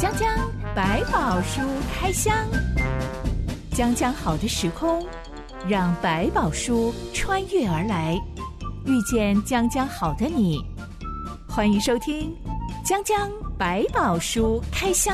江江百宝书开箱，江江好的时空，让百宝书穿越而来，遇见江江好的你。欢迎收听江江百宝书开箱。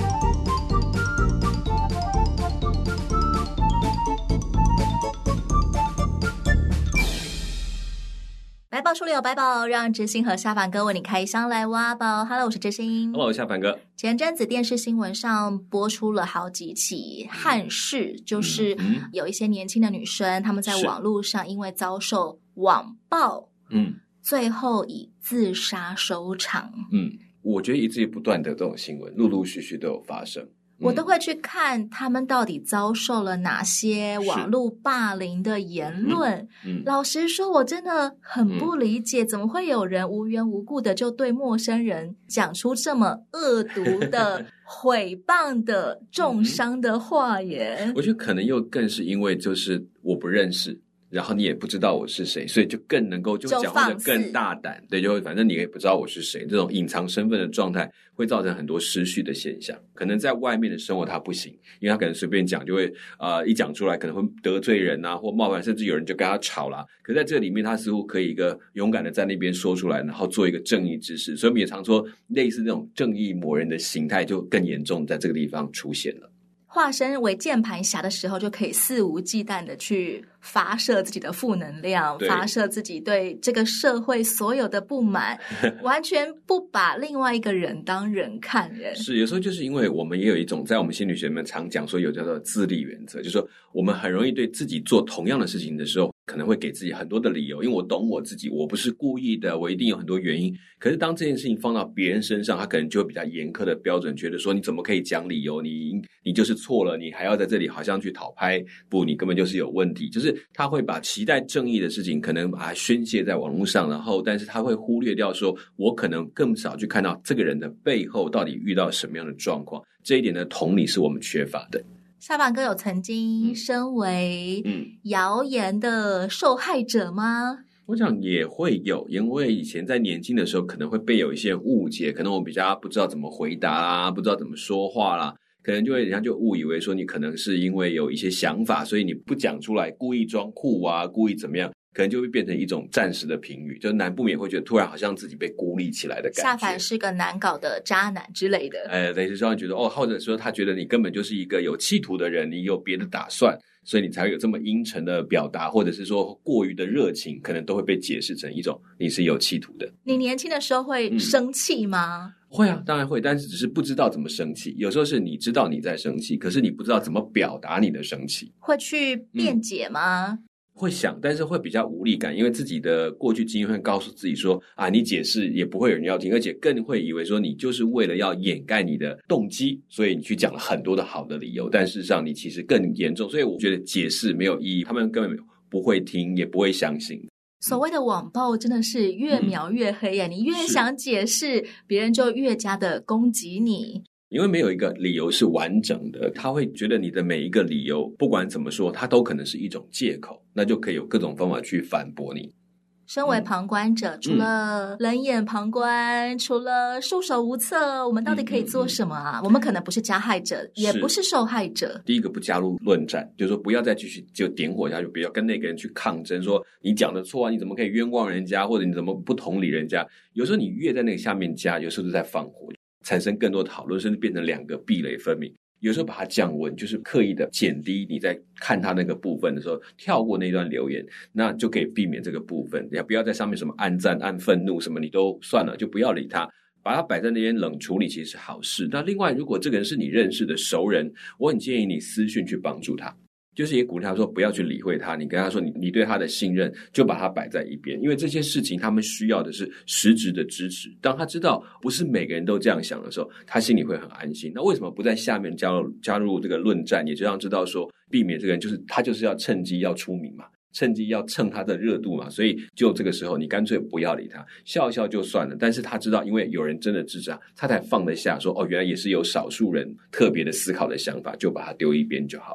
百宝书里有百宝，让知心和下凡哥为你开箱来挖宝。Hello， 我是知心。 Hello， 下凡哥。 前阵子电视新闻上播出了好几起憾事，就是有一些年轻的女生，她们在网络上因为遭受网暴，最后以自杀收场。 我觉得一直不断的这种新闻，陆陆续续都有发生。 我都会去看他们到底遭受了哪些网络霸凌的言论。老实说，我真的很不理解，怎么会有人无缘无故的就对陌生人讲出这么恶毒的毁谤的重伤的话言。 我觉得可能又更是因为就是我不认识，然后你也不知道我是谁，所以就更能够就讲话的更大胆。对，就反正你也不知道我是谁，这种隐藏身份的状态会造成很多失序的现象。可能在外面的生活他不行，因为他可能随便讲就会一讲出来可能会得罪人啊，或冒犯，甚至有人就跟他吵啦。可在这里面他似乎可以一个勇敢的在那边说出来，然后做一个正义之士。所以我们也常说类似那种正义魔人的形态就更严重在这个地方出现了。 化身为键盘侠的时候，就可以肆无忌惮的去发射自己的负能量，发射自己对这个社会所有的不满，完全不把另外一个人当人看人。 是，有时候就是因为我们也有一种在我们心理学里面常讲说有叫做自利原则，就是说我们很容易对自己做同样的事情的时候，可能会给自己很多的理由，因为我懂我自己，我不是故意的，我一定有很多原因。可是当这件事情放到别人身上，他可能就会比较严苛的标准，觉得说你怎么可以讲理由，你就是错了，你还要在这里好像去讨拍，不，你根本就是有问题。就是他会把期待正义的事情可能把它宣泄在网络上，然后但是他会忽略掉说我可能更少去看到这个人的背后到底遇到什么样的状况，这一点的同理是我们缺乏的。 下凡哥有曾经身为谣言的受害者吗？ 我想也会有，因为以前在年轻的时候可能会被有一些人误解，可能我比较不知道怎么回答啦，不知道怎么说话啦，可能就会人家就误以为说你可能是因为有一些想法，所以你不讲出来，故意装酷啊，故意怎么样，可能就会变成一种暂时的评语，就难不免会觉得突然好像自己被孤立起来的感觉。 下凡是个难搞的渣男之类的。 类似这样觉得或者说他觉得你根本就是一个有企图的人，你有别的打算，所以你才会有这么阴沉的表达，或者是说过于的热情，可能都会被解释成一种你是有企图的。 你年轻的时候会生气吗？ 会啊，当然会，但是只是不知道怎么生气。有时候是你知道你在生气，可是你不知道怎么表达你的生气。 会去辩解吗？ 会想，但是会比较无力感，因为自己的过去经验会告诉自己说你解释也不会有人要听，而且更会以为说你就是为了要掩盖你的动机，所以你去讲了很多的好的理由，但事实上你其实更严重。所以我觉得解释没有意义，他们根本不会听，也不会相信。 所谓的网暴真的是越描越黑呀，你越想解释，别人就越加的攻击你。 因为没有一个理由是完整的，他会觉得你的每一个理由不管怎么说，他都可能是一种借口，那就可以有各种方法去反驳你。 身为旁观者，除了冷眼旁观，除了束手无策，我们到底可以做什么啊？我们可能不是加害者，也不是受害者。 第一个，不加入论战，就是说不要再继续就点火下去，不要跟那个人去抗争，说你讲的错啊，你怎么可以冤枉人家，或者你怎么不同理人家。有时候你越在那个下面加，有时候是在放火，产生更多讨论，甚至变成两个壁垒分明。有时候把它降温，就是刻意的减低你在看他那个部分的时候，跳过那段留言，那就可以避免这个部分。也不要在上面什么按赞、按愤怒什么，你都算了，就不要理他，把它摆在那边冷处理，其实是好事。那另外，如果这个人是你认识的熟人，我很建议你私讯去帮助他。就是也鼓励他说不要去理会他，你跟他说你对他的信任就把他摆在一边，因为这些事情他们需要的是实质的支持。当他知道不是每个人都这样想的时候，他心里会很安心。那为什么不在下面加入这个论战，也就让知道说避免这个人他就是要趁机要出名嘛，趁机要蹭他的热度嘛，所以就这个时候你干脆不要理他，笑一笑就算了。但是他知道因为有人真的支持他才放得下说原来也是有少数人特别的思考的想法，就把他丢一边就好了。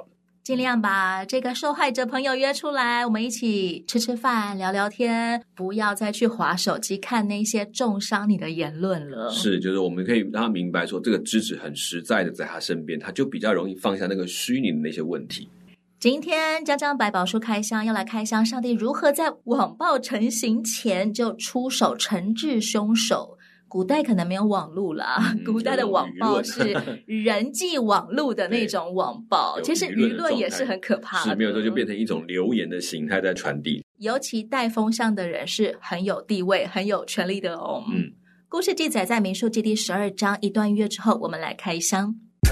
尽量把这个受害者朋友约出来，我们一起吃吃饭聊聊天，不要再去滑手机看那些重伤你的言论了。 是，就是我们可以让他明白说这个支持很实在的在他身边，他就比较容易放下那个虚拟的那些问题。 今天江江百宝书开箱要来开箱上帝如何在网暴成型前就出手惩治凶手。古代可能没有网络啦，古代的网暴是人际网络的那种网暴，其实舆论也是很可怕的， 是没有错，就变成一种流言的形态在传递。 尤其带风向的人是很有地位很有权力的哦。故事记载在民数记第12章，一段音乐之后我们来开箱。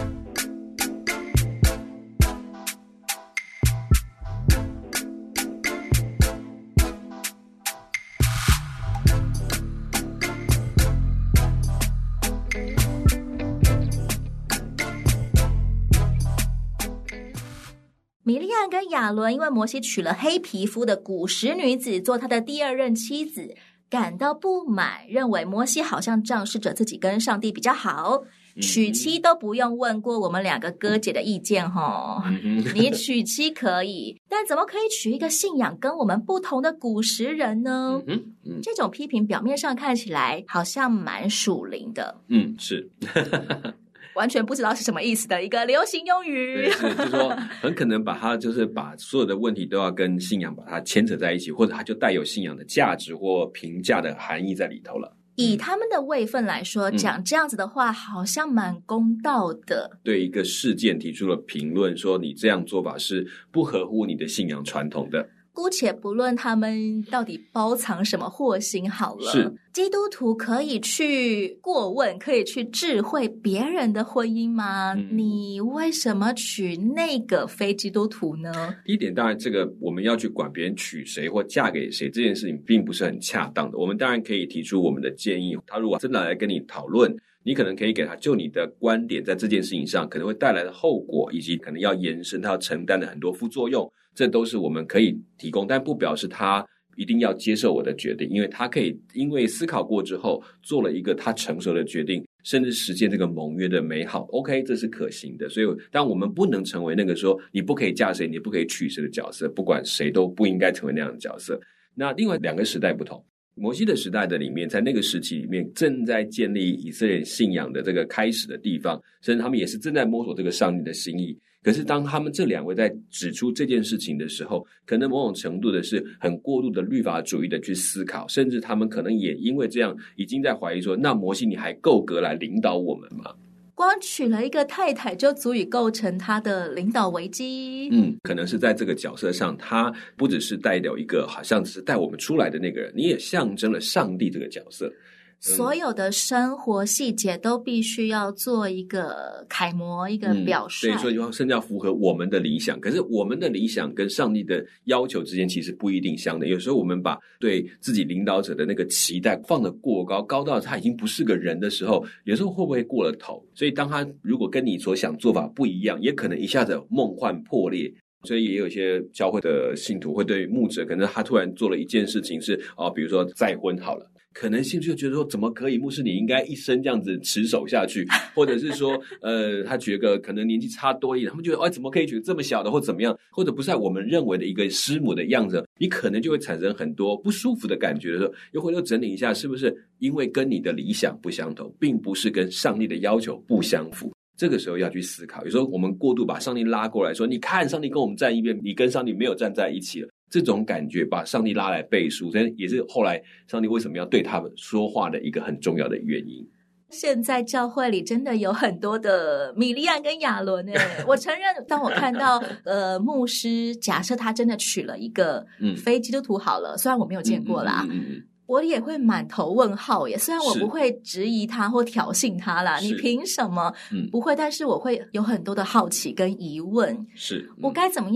米利暗跟亚伦因为摩西娶了黑皮肤的古时女子做他的第二任妻子，感到不满，认为摩西好像仗势着自己跟上帝比较好，娶妻都不用问过我们两个哥姐的意见齁。你娶妻可以，但怎么可以娶一个信仰跟我们不同的古时人呢？这种批评表面上看起来好像蛮属灵的。 是完全不知道是什么意思的一个流行用语。 对，是就是说很可能把它就是把所有的问题都要跟信仰把它牵扯在一起，或者它就带有信仰的价值或评价的含义在里头了。 以他们的位分来说，讲这样子的话好像蛮公道的。 对一个事件提出了评论，说你这样做法是不合乎你的信仰传统的。 姑且不论他们到底包藏什么祸心好了， 是基督徒可以去过问，可以去智慧别人的婚姻吗？你为什么娶那个非基督徒呢？ 第一点，当然这个我们要去管别人娶谁或嫁给谁这件事情并不是很恰当的。我们当然可以提出我们的建议，他如果真的来跟你讨论，你可能可以给他就你的观点在这件事情上可能会带来的后果，以及可能要延伸他要承担的很多副作用，这都是我们可以提供，但不表示他一定要接受我的决定，因为他可以因为思考过之后做了一个他成熟的决定，甚至实现这个盟约的美好。 OK， 这是可行的。所以当我们不能成为那个说你不可以嫁谁你不可以娶谁的角色，不管谁都不应该成为那样的角色。那另外两个时代不同，摩西的时代的里面，在那个时期里面正在建立以色列信仰的这个开始的地方，甚至他们也是正在摸索这个上帝的心意。可是当他们这两位在指出这件事情的时候，可能某种程度的是很过度的律法主义的去思考，甚至他们可能也因为这样已经在怀疑说，那摩西你还够格来领导我们吗？ 光娶了一个太太就足以构成他的领导危机。 可能是在这个角色上，他不只是代表一个好像只是带我们出来的那个人，你也象征了上帝这个角色。 所有的生活细节都必须要做一个楷模，一个表率。 对，所以甚至要符合我们的理想。可是我们的理想跟上帝的要求之间其实不一定相等。有时候我们把对自己领导者的那个期待放得过高，高到他已经不是个人的时候，有时候会不会过了头？所以当他如果跟你所想做法不一样，也可能一下子梦幻破裂。所以也有一些教会的信徒会对牧者，可能他突然做了一件事情是比如说再婚好了，可能兴趣就觉得说怎么可以，牧师你应该一生这样子持守下去，或者是说他娶个可能年纪差多一点，他们觉得怎么可以娶这么小的或怎么样，或者不是我们认为的一个师母的样子，你可能就会产生很多不舒服的感觉的时候，又回头整理一下，是不是因为跟你的理想不相同，并不是跟上帝的要求不相符。这个时候要去思考，有时候我们过度把上帝拉过来说，你看上帝跟我们站一边，你跟上帝没有站在一起了，这种感觉把上帝拉来背书，这也是后来上帝为什么要对他们说话的一个很重要的原因。 现在教会里真的有很多的米利暗跟亚伦我承认当我看到牧师假设他真的娶了一个非基督徒好了，虽然我没有见过啦，我也会满头问号耶。虽然我不会质疑他或挑衅他啦，你凭什么？不会，但是我会有很多的好奇跟疑问。 是， 我该怎么样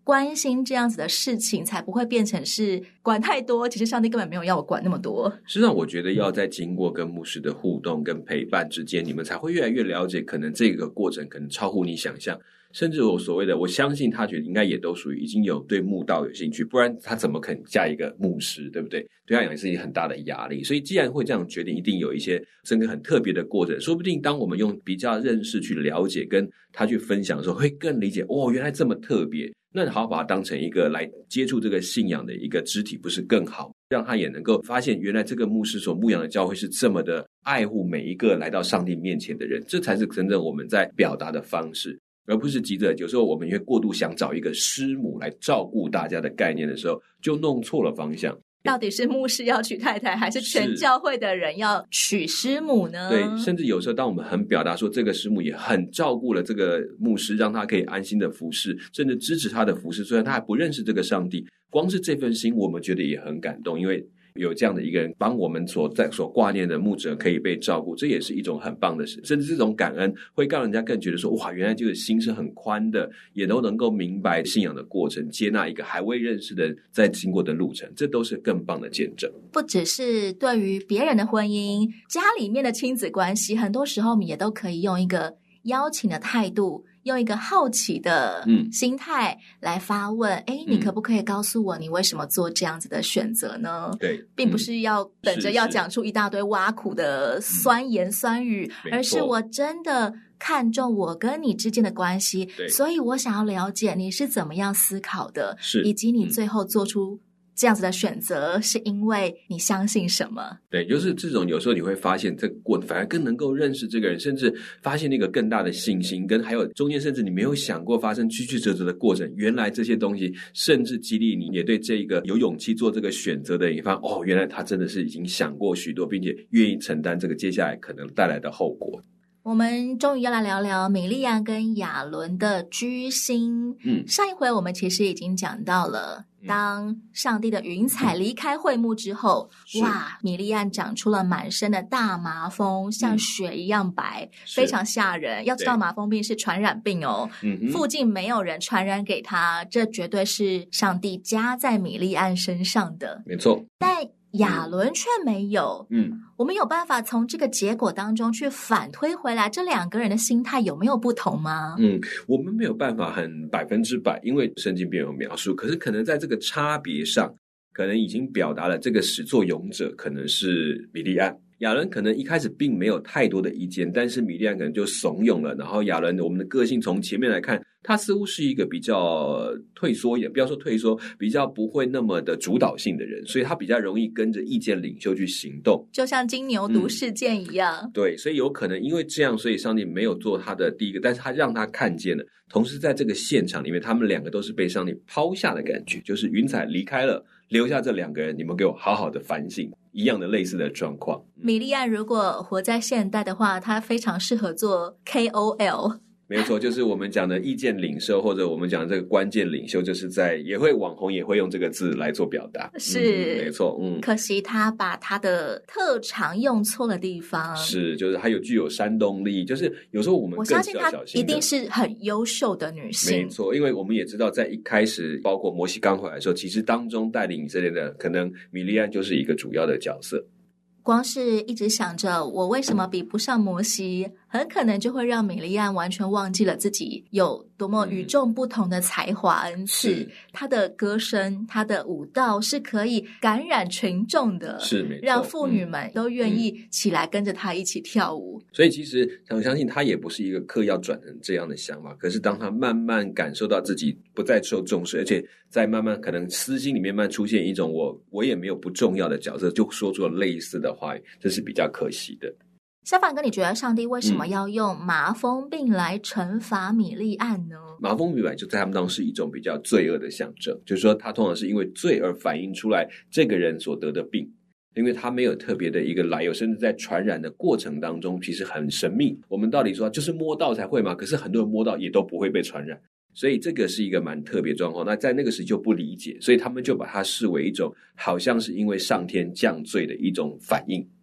关心这样子的事情，才不会变成是管太多，其实上帝根本没有要我管那么多。 实际上我觉得要在经过跟牧师的互动跟陪伴之间，你们才会越来越了解，可能这个过程可能超乎你想象，甚至我所谓的，我相信他觉得应该也都属于已经有对慕道有兴趣，不然他怎么肯嫁一个牧师，对不对？对他讲也是一个很大的压力。所以既然会这样决定，一定有一些整个很特别的过程，说不定当我们用比较认识去了解跟他去分享的时候，会更理解原来这么特别，那好好把它当成一个来接触这个信仰的一个肢体，不是更好？让他也能够发现原来这个牧师所牧养的教会是这么的爱护每一个来到上帝面前的人，这才是真正我们在表达的方式，而不是急着有时候我们因为过度想找一个师母来照顾大家的概念的时候，就弄错了方向。 到底是牧师要娶太太，还是全教会的人要娶师母呢？ 对，甚至有时候当我们很表达说这个师母也很照顾了这个牧师，让他可以安心的服侍，甚至支持他的服侍，虽然他还不认识这个上帝，光是这份心我们觉得也很感动，因为有这样的一个人帮我们所挂念的牧者可以被照顾，这也是一种很棒的事。甚至这种感恩会让人家更觉得说，哇，原来这个心是很宽的，也都能够明白信仰的过程，接纳一个还未认识的人在经过的路程，这都是更棒的见证。 不只是对于别人的婚姻，家里面的亲子关系，很多时候我们也都可以用一个邀请的态度，用一个好奇的心态来发问，你可不可以告诉我你为什么做这样子的选择呢？ 对， 并不是要等着要讲出一大堆挖苦的酸言酸语，而是我真的看重我跟你之间的关系，所以我想要了解你是怎么样思考的，以及你最后做出这样子的选择是因为你相信什么。 对，就是这种有时候你会发现这个过程反而更能够认识这个人，甚至发现那个更大的信心，跟还有中间甚至你没有想过发生曲曲折折的过程，原来这些东西甚至激励你也对这个有勇气做这个选择的人，你发现原来他真的是已经想过许多，并且愿意承担这个接下来可能带来的后果。 我们终于要来聊聊米利暗跟亚伦的居心。上一回我们其实已经讲到了，当上帝的云彩离开会幕之后，哇，米利暗长出了满身的大麻风，像雪一样白，非常吓人。要知道麻风病是传染病哦，附近没有人传染给他，这绝对是上帝加在米利暗身上的。 没错， 但亚伦却没有。我们有办法从这个结果当中去反推回来，这两个人的心态有没有不同吗？ 我们没有办法很100%，因为圣经并没有描述，可是可能在这个差别上，可能已经表达了这个始作俑者可能是米利暗。亚伦可能一开始并没有太多的意见，但是米利暗可能就怂恿了，然后亚伦我们的个性从前面来看，他似乎是一个比较退缩，也不要说退缩，比较不会那么的主导性的人，所以他比较容易跟着意见领袖去行动， 就像金牛犊事件一样。 对，所以有可能因为这样，所以上帝没有做他的第一个，但是他让他看见了，同时在这个现场里面，他们两个都是被上帝抛下的感觉，就是云彩离开了，留下这两个人，你们给我好好的反省，一样的类似的状况。 米利暗如果活在现代的话，他非常适合做 KOL。 没有错，就是我们讲的意见领袖，或者我们讲的这个关键领袖，就是也会网红也会用这个字来做表达。 是， 没错。 可惜他把他的特长用错了地方。 是，就是他具有煽动力，就是有时候我们更小心的， 我相信他一定是很优秀的女性。 没错，因为我们也知道，在一开始，包括摩西刚回来的时候，其实当中带领以色列的，可能米利暗就是一个主要的角色。 光是一直想着我为什么比不上摩西，很可能就会让米利暗完全忘记了自己有多么与众不同的才华恩赐。他的歌声，他的舞蹈是可以感染群众的， 是没错， 让妇女们都愿意起来跟着他一起跳舞。 所以其实我相信他也不是一个刻意要转成这样的想法，可是当他慢慢感受到自己不再受重视，而且在慢慢可能私心里面慢慢出现一种我也没有不重要的角色，就说出了类似的话语，这是比较可惜的。 小凡哥，你觉得上帝为什么要用麻风病来惩罚米利暗呢？ 麻风病就在他们当中是一种比较罪恶的象征，就是说他通常是因为罪而反映出来这个人所得的病，因为他没有特别的一个来由，甚至在传染的过程当中其实很神秘。我们到底说就是摸到才会吗？可是很多人摸到也都不会被传染，所以这个是一个蛮特别状况。那在那个时就不理解，所以他们就把它视为一种好像是因为上天降罪的一种反应。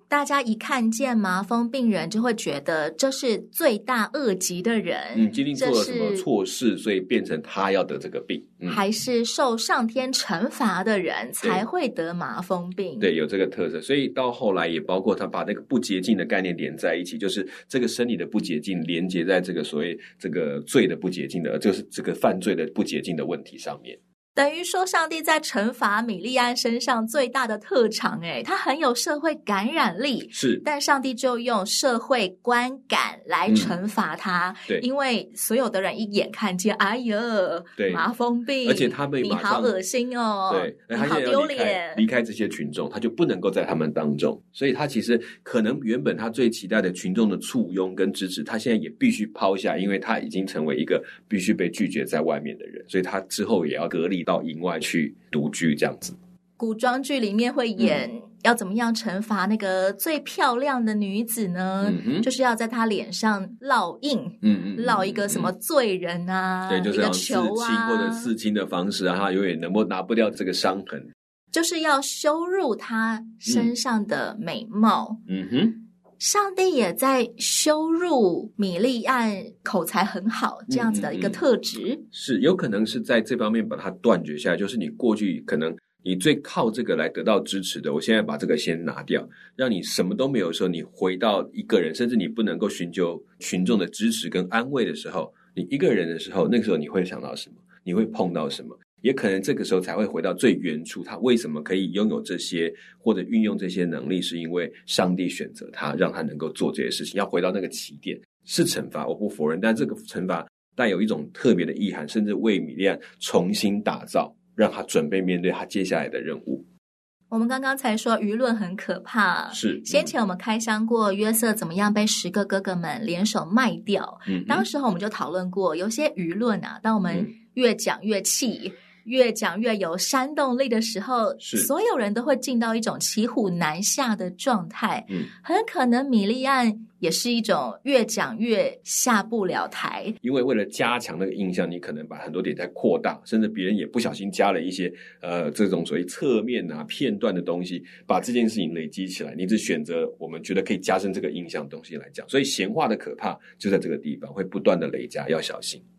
大家一看见麻风病人就会觉得这是罪大恶极的人， 今天做了什么错事，所以变成他要得这个病， 还是受上天惩罚的人才会得麻风病。 对，有这个特色。所以到后来也包括他把那个不洁净的概念连在一起，就是这个生理的不洁净连接在这个所谓这个罪的不洁净的，就是这个犯罪的不洁净的问题上面。 等于说上帝在惩罚米利暗身上最大的特长，他很有社会感染力， 是， 但上帝就用社会观感来惩罚他， 对， 因为所有的人一眼看见，哎呀， 对， 麻风病， 而且他们你好恶心哦， 对， 你好丢脸， 离开这些群众，他就不能够在他们当中，所以他其实可能原本他最期待的群众的簇拥跟支持，他现在也必须抛下，因为他已经成为一个必须被拒绝在外面的人，所以他之后也要隔离到营外去独居这样子。 古装剧里面会演要怎么样惩罚那个最漂亮的女子呢？就是要在她脸上烙印，烙一个什么罪人啊， 对，就是一个球啊， 刺青或者刺青的方式啊，她永远拿不掉这个伤痕， 就是要羞辱她身上的美貌。上帝也在羞辱米利暗口才很好这样子的一个特质， 是有可能是在这方面把它断绝下来，就是你过去可能你最靠这个来得到支持的，我现在把这个先拿掉，让你什么都没有的时候，你回到一个人，甚至你不能够寻求群众的支持跟安慰的时候，你一个人的时候，那个时候你会想到什么？你会碰到什么？也可能这个时候才会回到最原初，他为什么可以拥有这些或者运用这些能力，是因为上帝选择他，让他能够做这些事情。要回到那个起点，是惩罚，我不否认，但这个惩罚带有一种特别的意涵，甚至为米利暗重新打造，让他准备面对他接下来的任务。 我们刚刚才说舆论很可怕， 是先前我们开箱过约瑟怎么样被10个哥哥们联手卖掉，当时候我们就讨论过，有些舆论啊，当我们越讲越气，越讲越有煽动力的时候，所有人都会进到一种骑虎难下的状态，很可能米利暗也是一种越讲越下不了台， 因为为了加强那个印象，你可能把很多点在扩大，甚至别人也不小心加了一些这种所谓侧面啊片段的东西，把这件事情累积起来，你只选择我们觉得可以加深这个印象的东西来讲，所以闲话的可怕就在这个地方，会不断的累加，要小心。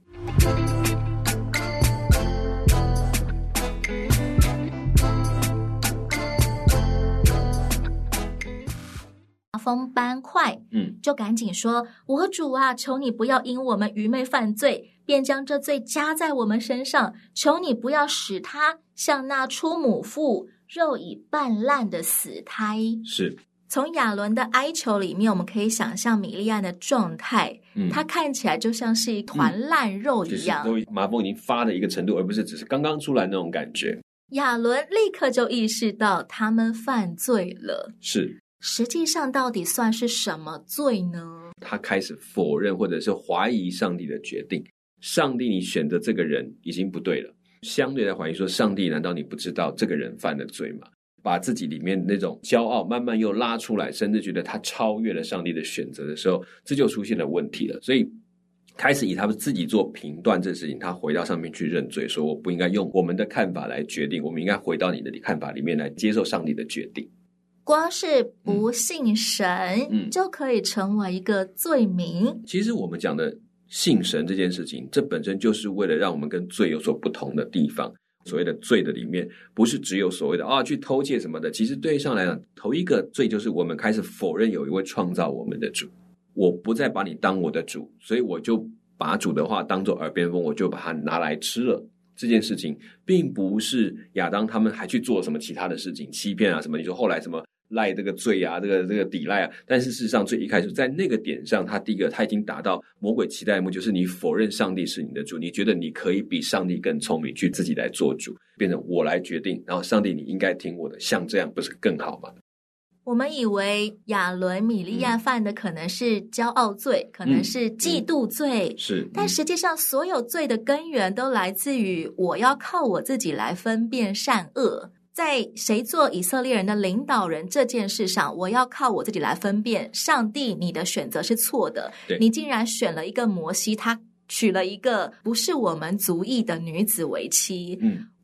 风般快，就赶紧说，我主啊，求你不要因我们愚昧犯罪，便将这罪加在我们身上，求你不要使他像那出母腹肉已半烂的死胎。 是从亚伦的哀求里面，我们可以想象米利暗的状态，他看起来就像是一团烂肉一样， 就是麻风已经发的一个程度，而不是只是刚刚出来那种感觉。 亚伦立刻就意识到他们犯罪了， 是实际上到底算是什么罪呢？ 他开始否认或者是怀疑上帝的决定，上帝你选择这个人已经不对了，相对来怀疑说，上帝难道你不知道这个人犯了罪吗？把自己里面那种骄傲慢慢又拉出来，甚至觉得他超越了上帝的选择的时候，这就出现了问题了。所以开始以他们自己做评断这事情，他回到上面去认罪，说我不应该用我们的看法来决定，我们应该回到你的看法里面来接受上帝的决定。 光是不信神，就可以成为一个罪名。 其实我们讲的信神这件事情，这本身就是为了让我们跟罪有所不同的地方。所谓的罪的里面，不是只有所谓的去偷窃什么的，其实对上来讲，头一个罪就是我们开始否认有一位创造我们的主，我不再把你当我的主，所以我就把主的话当作耳边风，我就把它拿来吃了。这件事情并不是亚当他们还去做什么其他的事情，欺骗啊什么，你说后来什么赖这个罪啊，这个抵赖啊，但是事实上最一开始在那个点上，他第一个他已经达到魔鬼期待的目的，就是你否认上帝是你的主，你觉得你可以比上帝更聪明，去自己来做主，变成我来决定，然后上帝你应该听我的，像这样不是更好吗？ 我们以为亚伦米利亚犯的可能是骄傲罪，可能是嫉妒罪， 是， 但实际上所有罪的根源都来自于我要靠我自己来分辨善恶。在谁做以色列人的领导人这件事上，我要靠我自己来分辨，上帝你的选择是错的，你竟然选了一个摩西，他娶了一个不是我们族裔的女子为妻，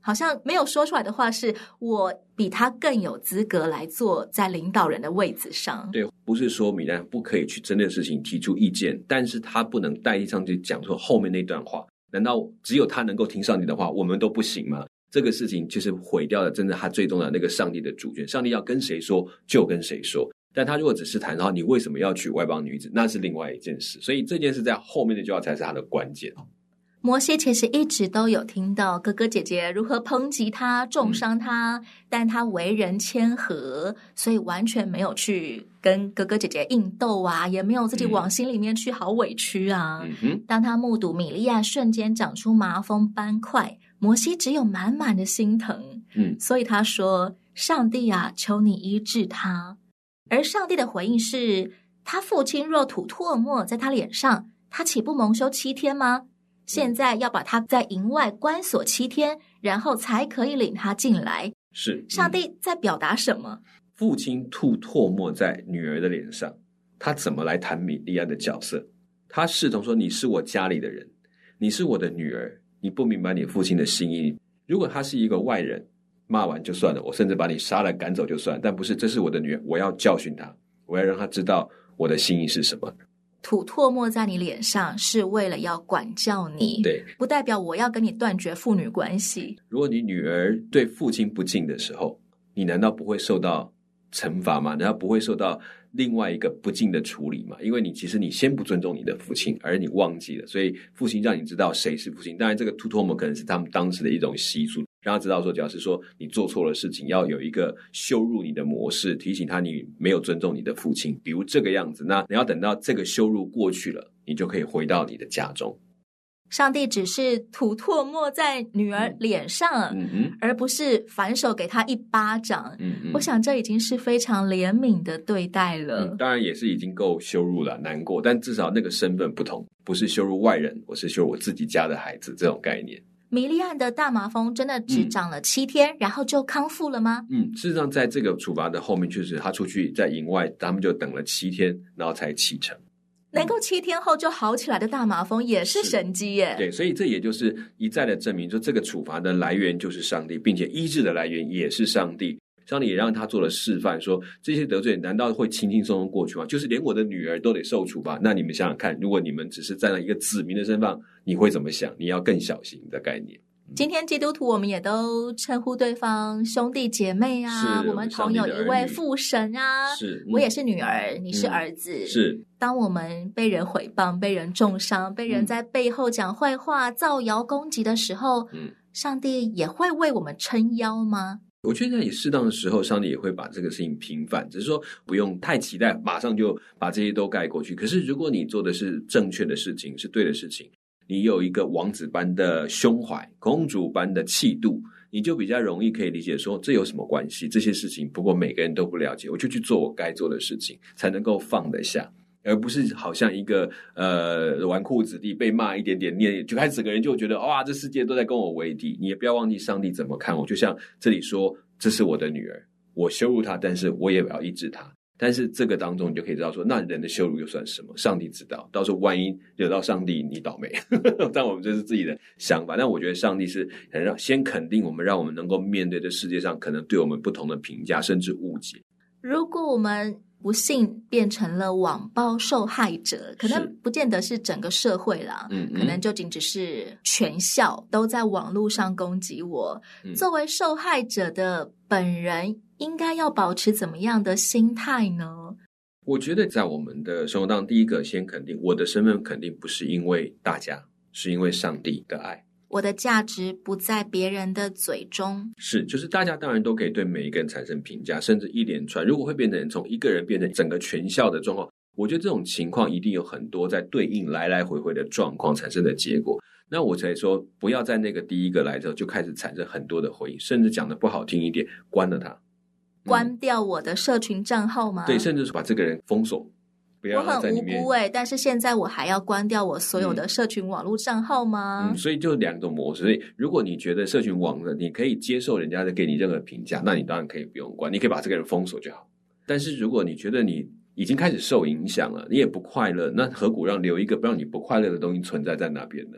好像没有说出来的话是我比他更有资格来坐在领导人的位子上。 对，不是说米兰不可以去针对事情提出意见，但是他不能代替上帝讲出后面那段话。难道只有他能够听上帝的话，我们都不行吗？这个事情就是毁掉了真的他最重要的那个上帝的主权。上帝要跟谁说就跟谁说，但他如果只是谈到你为什么要娶外邦女子，那是另外一件事。所以这件事在后面的句话才是他的关键。 摩西其实一直都有听到哥哥姐姐如何抨击他、重伤他，但他为人谦和，所以完全没有去跟哥哥姐姐硬斗啊，也没有自己往心里面去，好委屈啊。当他目睹米利亚瞬间长出麻风斑块，摩西只有满满的心疼。所以他说：上帝啊，求你医治他。而上帝的回应是：他父亲若吐唾沫在他脸上，他岂不蒙羞7天吗？现在要把他在营外关锁7天，然后才可以领他进来。 是上帝在表达什么？ 父亲吐唾沫在女儿的脸上，他怎么来谈米利亚的角色？他视同说：你是我家里的人，你是我的女儿，你不明白你父亲的心意。如果他是一个外人，骂完就算了，我甚至把你杀了赶走就算，但不是，这是我的女儿，我要教训她，我要让她知道我的心意是什么。 吐唾沫在你脸上是为了要管教你， 对， 不代表我要跟你断绝父女关系。 如果你女儿对父亲不敬的时候，你难道不会受到惩罚吗？难道不会受到另外一个不敬的处理吗？因为其实你先不尊重你的父亲，而你忘记了，所以父亲让你知道谁是父亲。当然这个吐唾沫可能是他们当时的一种习俗，让他知道说，假如说你做错了事情，要有一个羞辱你的模式，提醒他你没有尊重你的父亲，比如这个样子。那你要等到这个羞辱过去了，你就可以回到你的家中。 上帝只是吐唾沫在女儿脸上，而不是反手给她一巴掌。我想这已经是非常怜悯的对待了。 当然也是已经够羞辱了，难过，但至少那个身份不同，不是羞辱外人，我是羞辱我自己家的孩子，这种概念。 米利暗的大麻风真的只长了7天，然后就康复了吗？ 事实上在这个处罚的后面，确实他出去在营外，他们就等了7天，然后才启程。 能够7天后就好起来的大麻风也是神迹耶。 对，所以这也就是一再的证明说，这个处罚的来源就是上帝，并且医治的来源也是上帝。上帝也让他做了示范，说这些得罪难道会轻轻松松过去吗？就是连我的女儿都得受处罚，那你们想想看，如果你们只是站在一个子民的身份，你会怎么想？你要更小心的概念。 今天基督徒我们也都称呼对方兄弟姐妹啊，我们同有一位父神啊，我也是女儿，你是儿子。 是当我们被人毁谤、被人重伤、被人在背后讲坏话、造谣攻击的时候，上帝也会为我们撑腰吗？ 我觉得在适当的时候，上帝也会把这个事情平反，只是说不用太期待马上就把这些都盖过去。可是如果你做的是正确的事情，是对的事情，你有一个王子般的胸怀，公主般的气度，你就比较容易可以理解说这有什么关系，这些事情不过每个人都不了解，我就去做我该做的事情，才能够放得下，而不是好像一个纨绔子弟被骂一点点念，就开始整个人就觉得哇，这世界都在跟我为敌。你也不要忘记上帝怎么看我，就像这里说，这是我的女儿，我羞辱她，但是我也要医治她。但是这个当中你就可以知道说，那人的羞辱又算什么？上帝知道，到时候万一惹到上帝，你倒霉。但我们这是自己的想法，但我觉得上帝是先肯定我们，让我们能够面对这世界上可能对我们不同的评价，甚至误解。 如果我们不幸变成了网暴受害者，可能不见得是整个社会啦，可能就仅只是全校都在网络上攻击我。作为受害者的本人应该要保持怎么样的心态呢？ 我觉得在我们的生活当中，第一个先肯定我的身份，肯定不是因为大家，是因为上帝的爱。 我的价值不在别人的嘴中， 就是大家当然都可以对每一个人产生评价，甚至一连串，如果会变成从一个人变成整个全校的状况，我觉得这种情况一定有很多在对应来来回回的状况产生的结果。那我才说不要在那个第一个来之后就开始产生很多的回应，甚至讲的不好听一点，关了他， 关掉我的社群账号吗？ 对，甚至是把这个人封锁。 我很无辜但是现在我还要关掉我所有的社群网络账号吗？ 所以就两种模式。所以如果你觉得社群网你可以接受人家的给你任何评价，那你当然可以不用关，你可以把这个人封锁就好。但是如果你觉得你已经开始受影响了，你也不快乐，那何苦留一个不让你不快乐的东西存在在那边呢？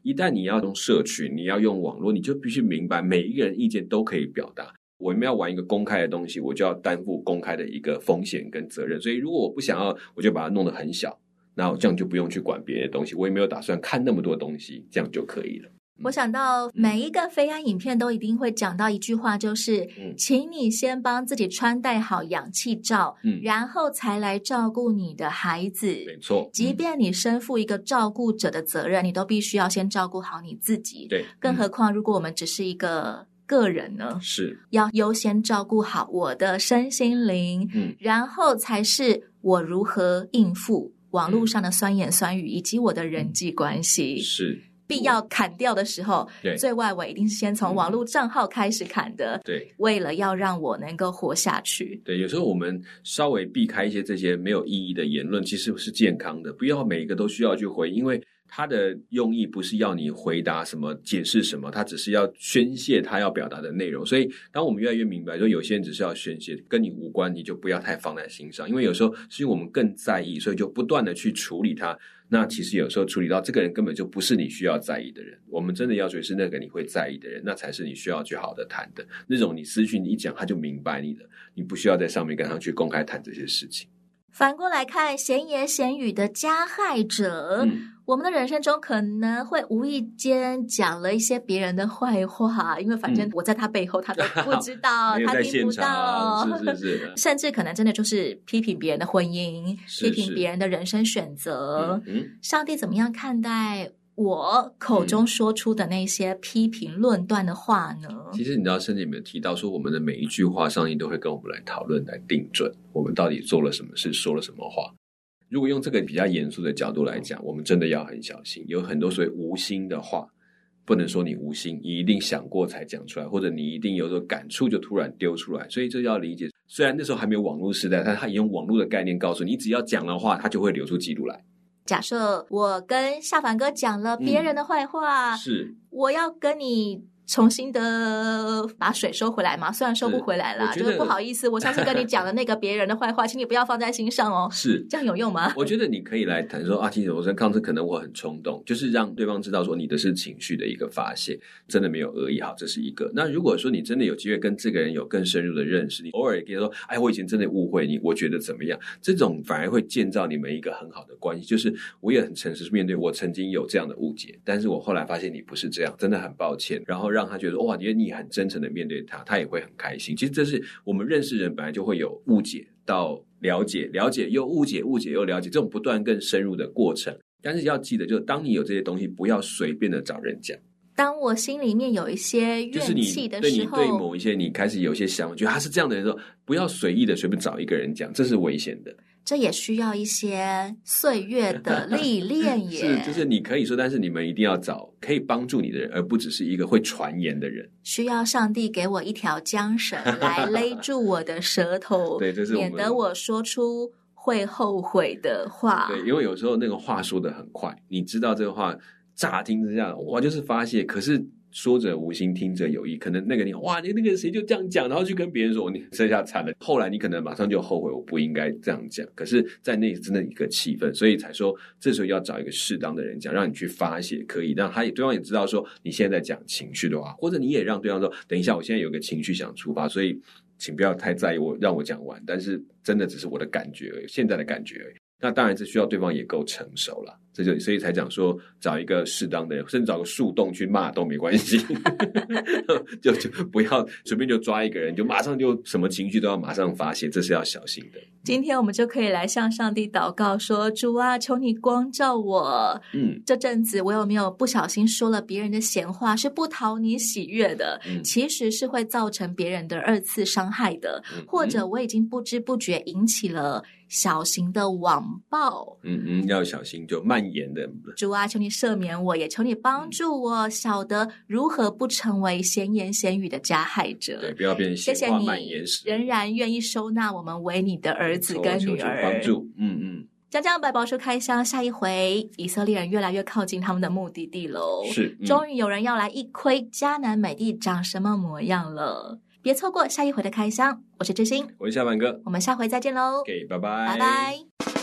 一旦你要用社群，你要用网络，你就必须明白每一个人意见都可以表达。我们要玩一个公开的东西，我就要担负公开的一个风险跟责任。所以如果我不想要，我就把它弄得很小，那我这样就不用去管别的东西，我也没有打算看那么多东西，这样就可以了。 我想到每一个飞安影片都一定会讲到一句话，就是请你先帮自己穿戴好氧气罩，然后才来照顾你的孩子。 没错， 即便你身负一个照顾者的责任，你都必须要先照顾好你自己。 对， 更何况如果我们只是一个个人呢， 是要优先照顾好我的身心灵，然后才是我如何应付网络上的酸言酸语以及我的人际关系。 是必要砍掉的时候，最外围一定是先从网络账号开始砍的。 对， 为了要让我能够活下去。 对，有时候我们稍微避开一些这些没有意义的言论，其实是健康的，不要每一个都需要去回，因为他的用意不是要你回答什么解释什么，他只是要宣泄他要表达的内容。所以当我们越来越明白说有些人只是要宣泄，跟你无关，你就不要太放在心上，因为有时候是因为我们更在意，所以就不断的去处理它。那其实有时候处理到这个人根本就不是你需要在意的人，我们真的要追是那个你会在意的人，那才是你需要去好的谈的。那种你私讯你一讲他就明白你的，你不需要在上面跟他去公开谈这些事情。 反过来看闲言闲语的加害者，我们的人生中可能会无意间讲了一些别人的坏话，因为反正我在他背后他都不知道他听不到， 是甚至可能真的就是批评别人的婚姻，批评别人的人生选择。上帝怎么样看待我口中说出的那些批评论断的话呢？ 其实你知道圣经里面提到说，我们的每一句话上帝都会跟我们来讨论来定准我们到底做了什么事，说了什么话。如果用这个比较严肃的角度来讲，我们真的要很小心，有很多所谓无心的话，不能说你无心，你一定想过才讲出来，或者你一定有所感触就突然丢出来。所以这要理解，虽然那时候还没有网络时代，但他也用网络的概念告诉你，只要讲的话他就会流出记录来。 假设我跟夏凡哥讲了别人的坏话， 是我要跟你重新的把水收回来吗？虽然收不回来啦，就是不好意思，我上次跟你讲的那个别人的坏话请你不要放在心上哦。 是这样有用吗？ 我觉得你可以来谈说其实我跟康次可能我很冲动，就是让对方知道说你的是情绪的一个发泄，真的没有恶意。好，这是一个。那如果说你真的有机会跟这个人有更深入的认识，你偶尔也可以说我以前真的误会你，我觉得怎么样，这种反而会建造你们一个很好的关系。就是我也很诚实面对我曾经有这样的误解，但是我后来发现你不是这样，真的很抱歉，然后让他觉得哇，你很真诚的面对他，他也会很开心。其实这是我们认识人本来就会有误解到了解，了解又误解，误解又了解，这种不断更深入的过程。但是要记得，就是当你有这些东西，不要随便的找人讲。 当我心里面有一些怨气的时候， 就是你对某一些你开始有一些想法，觉得他是这样的人的时候，不要随意的随便找一个人讲，这是危险的。 这也需要一些岁月的历练耶。 是，就是你可以说，但是你们一定要找可以帮助你的人，而不只是一个会传言的人。 需要上帝给我一条缰绳来勒住我的舌头， 对，这是免得我说出会后悔的话。 对，因为有时候那个话说得很快，你知道这个话乍听之下哇就是发泄，可是说者无心，听者有意。可能那个你哇，你那个谁就这样讲，然后去跟别人说，你这下惨了。后来你可能马上就后悔，我不应该这样讲。可是，在那真的一个气氛，所以才说这时候要找一个适当的人讲，让你去发泄，可以让对方也知道说你现在在讲情绪的话，或者你也让对方说，等一下，我现在有个情绪想出发，所以请不要太在意我，让我讲完。但是真的只是我的感觉而已，现在的感觉而已。那当然这需要对方也够成熟了，所以才讲说找一个适当的人，甚至找个树洞去骂都没关系就不要随便就抓一个人，就马上就什么情绪都要马上发泄，这是要小心的。 今天我们就可以来向上帝祷告说，主啊，求你光照我，这阵子我有没有不小心说了别人的闲话，是不讨你喜悦的，其实是会造成别人的二次伤害的，或者我已经不知不觉引起了小型的网暴， 要小心，就蔓延的。 主啊，求你赦免我，也求你帮助我晓得如何不成为闲言闲语的加害者。 对，不要变成闲话蔓延时。 谢谢你仍然愿意收纳我们为你的儿子跟女儿， 帮助。 将将百宝书开箱，下一回以色列人越来越靠近他们的目的地喽。 是， 终于有人要来一窥迦南美地长什么模样了。别错过下一回的开箱，我是知心， 我是夏凡哥， 我们下回再见喽。 OK， 拜拜， 拜拜。